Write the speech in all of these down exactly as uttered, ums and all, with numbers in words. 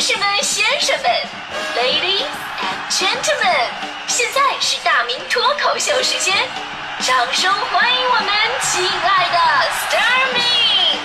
士们、先生们 ，Ladies and Gentlemen， 现在是大明脱口秀时间，掌声欢迎我们亲爱的 Starmin。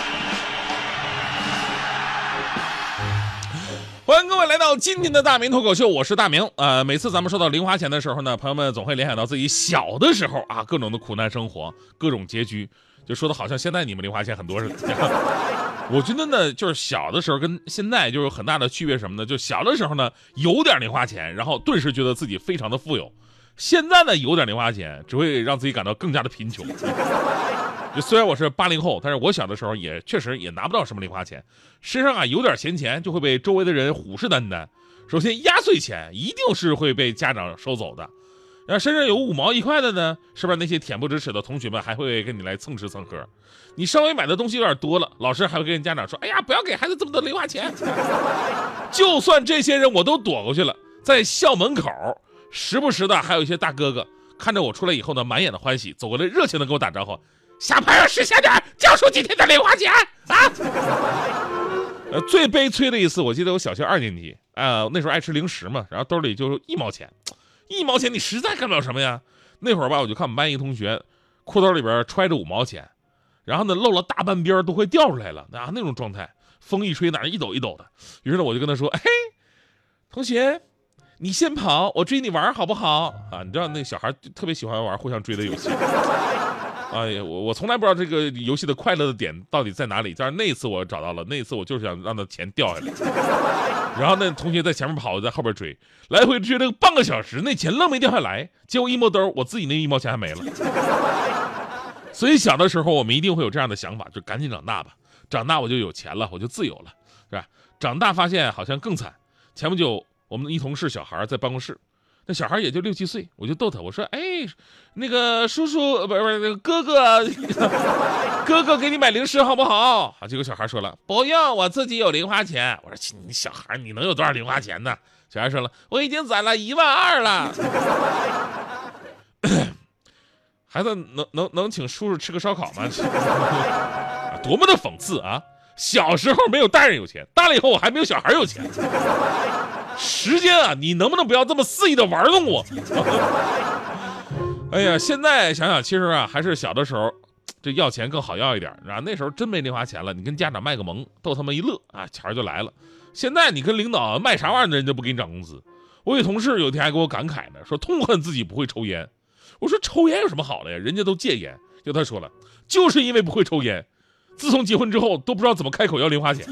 欢迎各位来到今天的大明脱口秀，我是大明。呃，每次咱们说到零花钱的时候呢，朋友们总会联想到自己小的时候啊，各种的苦难生活，各种拮据，就说的好像现在你们零花钱很多似的。我觉得呢，就是小的时候跟现在就有很大的区别，什么呢？就小的时候呢，有点零花钱，然后顿时觉得自己非常的富有；现在呢，有点零花钱，只会让自己感到更加的贫穷。就虽然我是八零后，但是我小的时候也确实也拿不到什么零花钱，身上啊有点闲钱就会被周围的人虎视眈眈。首先压岁钱一定是会被家长收走的，然后身上有五毛一块的呢，是不是那些恬不知耻的同学们还会跟你来蹭吃蹭喝？你稍微买的东西有点多了，老师还会跟家长说：“哎呀，不要给孩子这么多零花钱。”就算这些人我都躲过去了，在校门口时不时的还有一些大哥哥看着我出来以后呢，满眼的欢喜，走过来热情的跟我打招呼。小朋友识相点，交出今天的零花钱啊！呃，最悲催的一次，我记得我小学二年级啊、呃，那时候爱吃零食嘛，然后兜里就一毛钱，一毛钱你实在干不了什么呀。那会儿吧，我就看我们班一个同学裤兜里边揣着五毛钱，然后呢露了大半边都快掉出来了啊，那种状态，风一吹哪一抖一抖的。于是呢，我就跟他说：“嘿，同学，你先跑，我追你玩好不好？”啊，你知道那小孩特别喜欢玩互相追的游戏。哎呀，我我从来不知道这个游戏的快乐的点到底在哪里，但是那一次我找到了，那一次我就是想让他钱掉下来，然后那同学在前面跑，我在后边追，来回追了半个小时，那钱愣没掉下来，结果一摸兜，我自己那一毛钱还没了。所以小的时候我们一定会有这样的想法，就赶紧长大吧，长大我就有钱了，我就自由了，是吧？长大发现好像更惨，前不久我们一同事小孩在办公室。那小孩也就六七岁，我就逗他，我说：“哎，那个叔叔，不是不是那个哥哥，哥哥给你买零食好不好？”啊，结果小孩说了：“不用，我自己有零花钱。”我说：“你小孩，你能有多少零花钱呢？”小孩说了：“我已经攒了一万二了。”孩子能能能请叔叔吃个烧烤吗？多么的讽刺啊！小时候没有大人有钱，大了以后我还没有小孩有钱。时间啊，你能不能不要这么肆意的玩弄我？哎呀，现在想想，其实啊，还是小的时候，这要钱更好要一点。啊，那时候真没零花钱了，你跟家长卖个萌，逗他们一乐啊，钱就来了。现在你跟领导卖啥玩意儿的人就不给你涨工资。我有同事有一天还给我感慨呢，说痛恨自己不会抽烟。我说抽烟有什么好的呀？人家都戒烟。就他说了，就是因为不会抽烟，自从结婚之后都不知道怎么开口要零花钱。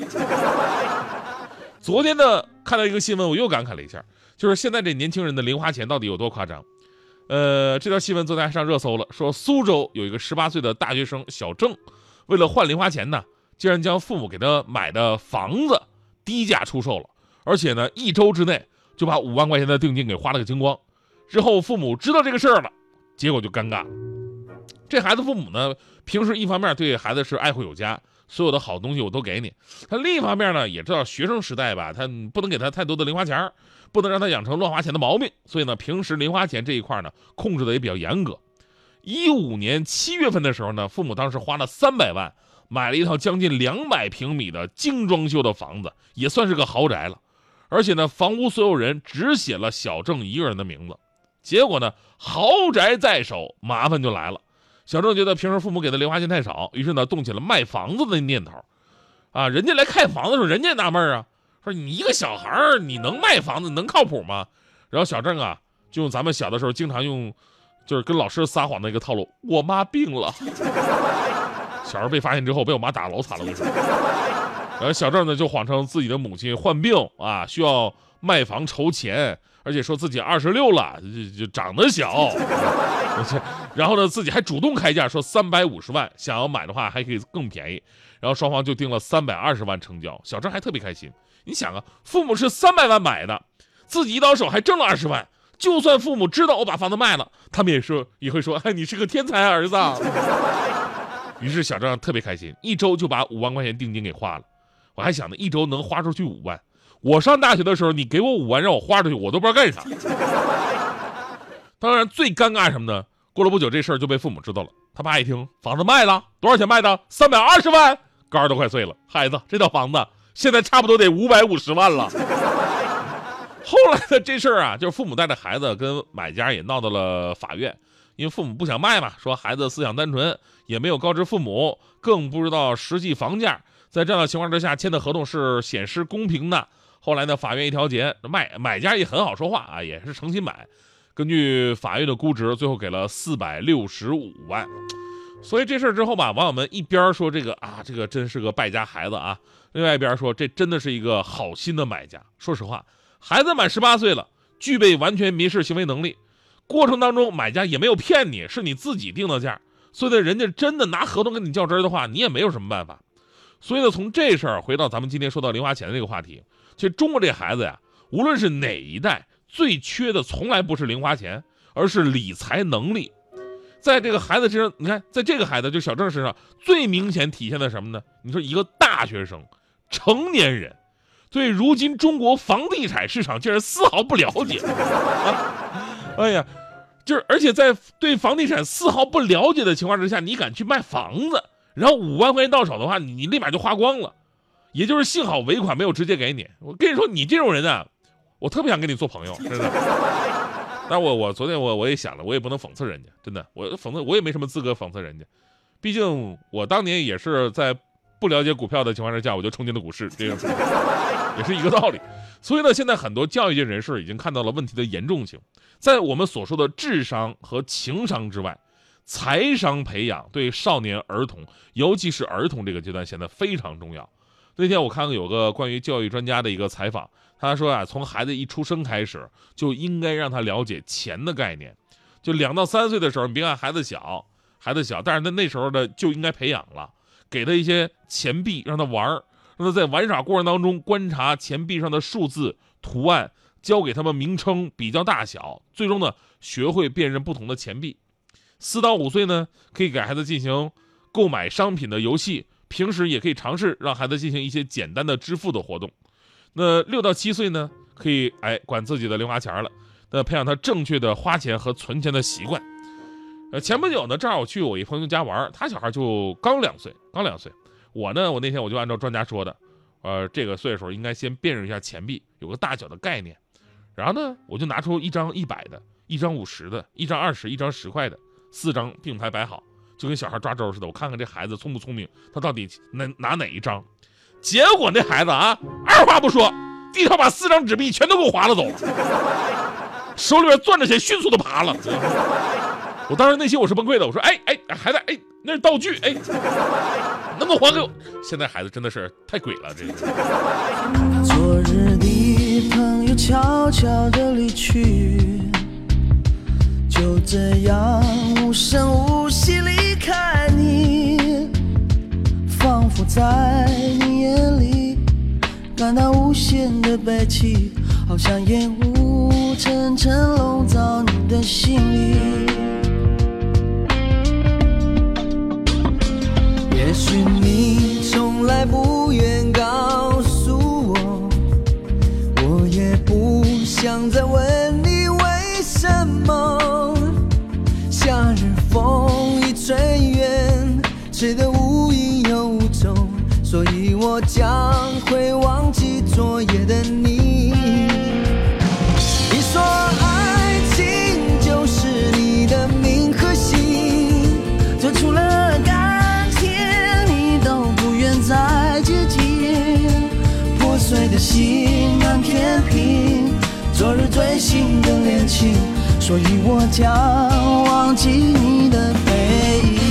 昨天呢，看到一个新闻，我又感慨了一下，就是现在这年轻人的零花钱到底有多夸张？呃，这条新闻昨天还上热搜了，说苏州有一个十八岁的大学生小郑，为了换零花钱呢，竟然将父母给他买的房子低价出售了，而且呢，一周之内就把五万块钱的定金给花了个精光。之后父母知道这个事儿了，结果就尴尬了。这孩子父母呢，平时一方面对孩子是爱护有加，所有的好东西我都给你。他另一方面呢，也知道学生时代吧，他不能给他太多的零花钱，不能让他养成乱花钱的毛病，所以呢，平时零花钱这一块呢，控制的也比较严格。一五年七月份的时候呢，父母当时花了三百万买了一套将近两百平米的精装修的房子，也算是个豪宅了。而且呢，房屋所有人只写了小郑一个人的名字。结果呢，豪宅在手，麻烦就来了。小郑觉得平时父母给的零花钱太少，于是呢动起了卖房子的念头。啊，人家来看房子的时候，人家也纳闷啊，说你一个小孩儿，你能卖房子，能靠谱吗？然后小郑啊，就用咱们小的时候经常用，就是跟老师撒谎的一个套路，我妈病了。小孩被发现之后，被我妈打老惨了，我说。然后小郑呢就谎称自己的母亲患病啊，需要卖房筹钱，而且说自己二十六了，就就长得小。然后呢，自己还主动开价说三百五十万，想要买的话还可以更便宜。然后双方就定了三百二十万成交。小郑还特别开心，你想啊，父母是三百万买的，自己一到手还挣了二十万。就算父母知道我把房子卖了，他们也说也会说，哎，你是个天才儿子。于是小郑特别开心，一周就把五万块钱定金给花了。我还想呢，一周能花出去五万。我上大学的时候，你给我五万让我花出去，我都不知道干啥。当然，最尴尬什么呢？过了不久，这事儿就被父母知道了。他爸一听，房子卖了，多少钱卖的？三百二十万，肝儿都快碎了。孩子，这套房子现在差不多得五百五十万了。后来的这事儿啊，就是父母带着孩子跟买家也闹到了法院，因为父母不想卖嘛，说孩子思想单纯，也没有告知父母，更不知道实际房价，在这样的情况之下签的合同是显示公平的。后来呢，法院一调解，卖买家也很好说话啊，也是诚心买。根据法院的估值，最后给了四百六十五万。所以这事儿之后吧，网友们一边说这个啊，这个真是个败家孩子啊，另外一边说这真的是一个好心的买家。说实话，孩子满十八岁了，具备完全民事行为能力，过程当中买家也没有骗你，是你自己定的价，所以呢，人家真的拿合同跟你较真的话，你也没有什么办法。所以呢，从这事儿回到咱们今天说到零花钱的这个话题，其实中国这孩子呀，无论是哪一代，最缺的从来不是零花钱，而是理财能力。在这个孩子身上，你看，在这个孩子就小郑身上最明显体现的什么呢？你说一个大学生，成年人，对如今中国房地产市场竟然丝毫不了解啊！哎呀，就是而且在对房地产丝毫不了解的情况之下，你敢去卖房子，然后五万块钱到手的话，你你立马就花光了。也就是幸好尾款没有直接给你。我跟你说，你这种人啊，我特别想跟你做朋友，真的。但我我昨天我我也想了，我也不能讽刺人家，真的，我讽刺我也没什么资格讽刺人家，毕竟我当年也是在不了解股票的情况之下，我就冲进了股市，这个也是一个道理。所以呢，现在很多教育界人士已经看到了问题的严重性，在我们所说的智商和情商之外，财商培养对少年儿童，尤其是儿童这个阶段显得非常重要。那天我看看有个关于教育专家的一个采访，他说啊，从孩子一出生开始，就应该让他了解钱的概念。就两到三岁的时候，你别看孩子小，孩子小，但是他那时候呢就应该培养了，给他一些钱币让他玩，让他在玩耍过程当中观察钱币上的数字、图案，教给他们名称、比较大小，最终呢学会辨认不同的钱币。四到五岁呢，可以给孩子进行购买商品的游戏，平时也可以尝试让孩子进行一些简单的支付的活动。那六到七岁呢，可以哎管自己的零花钱了，那培养他正确的花钱和存钱的习惯。呃，前不久呢，正好我去我一朋友家玩，他小孩就刚两岁，刚两岁。我呢，我那天我就按照专家说的，呃，这个岁数应该先辨认一下钱币，有个大小的概念。然后呢，我就拿出一张一百的，一张五十的，一张二十，一张十块的，四张并排摆好，就跟小孩抓周似的。我看看这孩子聪不聪明，他到底能拿哪一张？结果那孩子啊，二话不说，低头把四张纸币全都给我划了走了，手里边攥着钱，迅速的爬了。我当时内心我是崩溃的，我说，哎哎，孩子，哎，那是道具，哎，能不能还给我？现在孩子真的是太鬼了，这个。 昨日的朋友悄悄地离去，就这样无声无息离开你，仿佛在你眼里感到无限的悲戚，好像烟雾层层笼罩你的心里。也许你从来不愿告诉我，我也不想再问你为什么。夏日风一吹远，吹得无影又无踪，所以我将会忘记昨夜的你。你说爱情就是你的名和姓，做出了感情你都不愿再接近，破碎的心难填平昨日最新的恋情，所以我将忘记你的背影。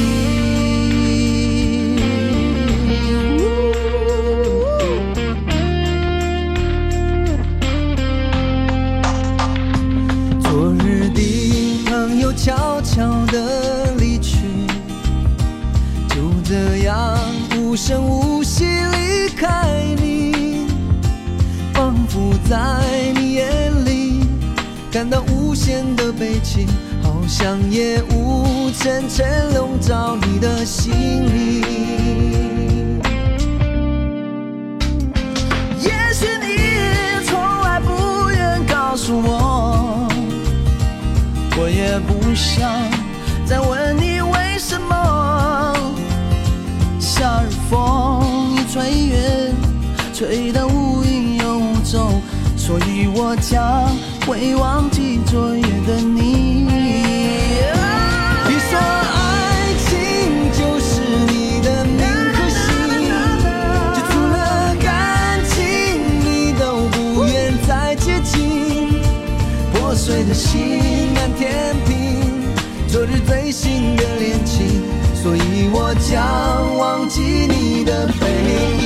昨日的朋友悄悄地离去，就这样无声无息离开你，仿佛在你眼里感到无限的悲情，好像夜雾层层笼罩你的心里。也许你从来不愿告诉我，我也不想再问你为什么。夏日风一吹远， 吹得无影又无踪，所以我将会忘记昨夜的你。你说爱情就是你的名和姓，就除了感情你都不愿再接近，破碎的心难填平昨日最新的恋情，所以我将忘记你的背影。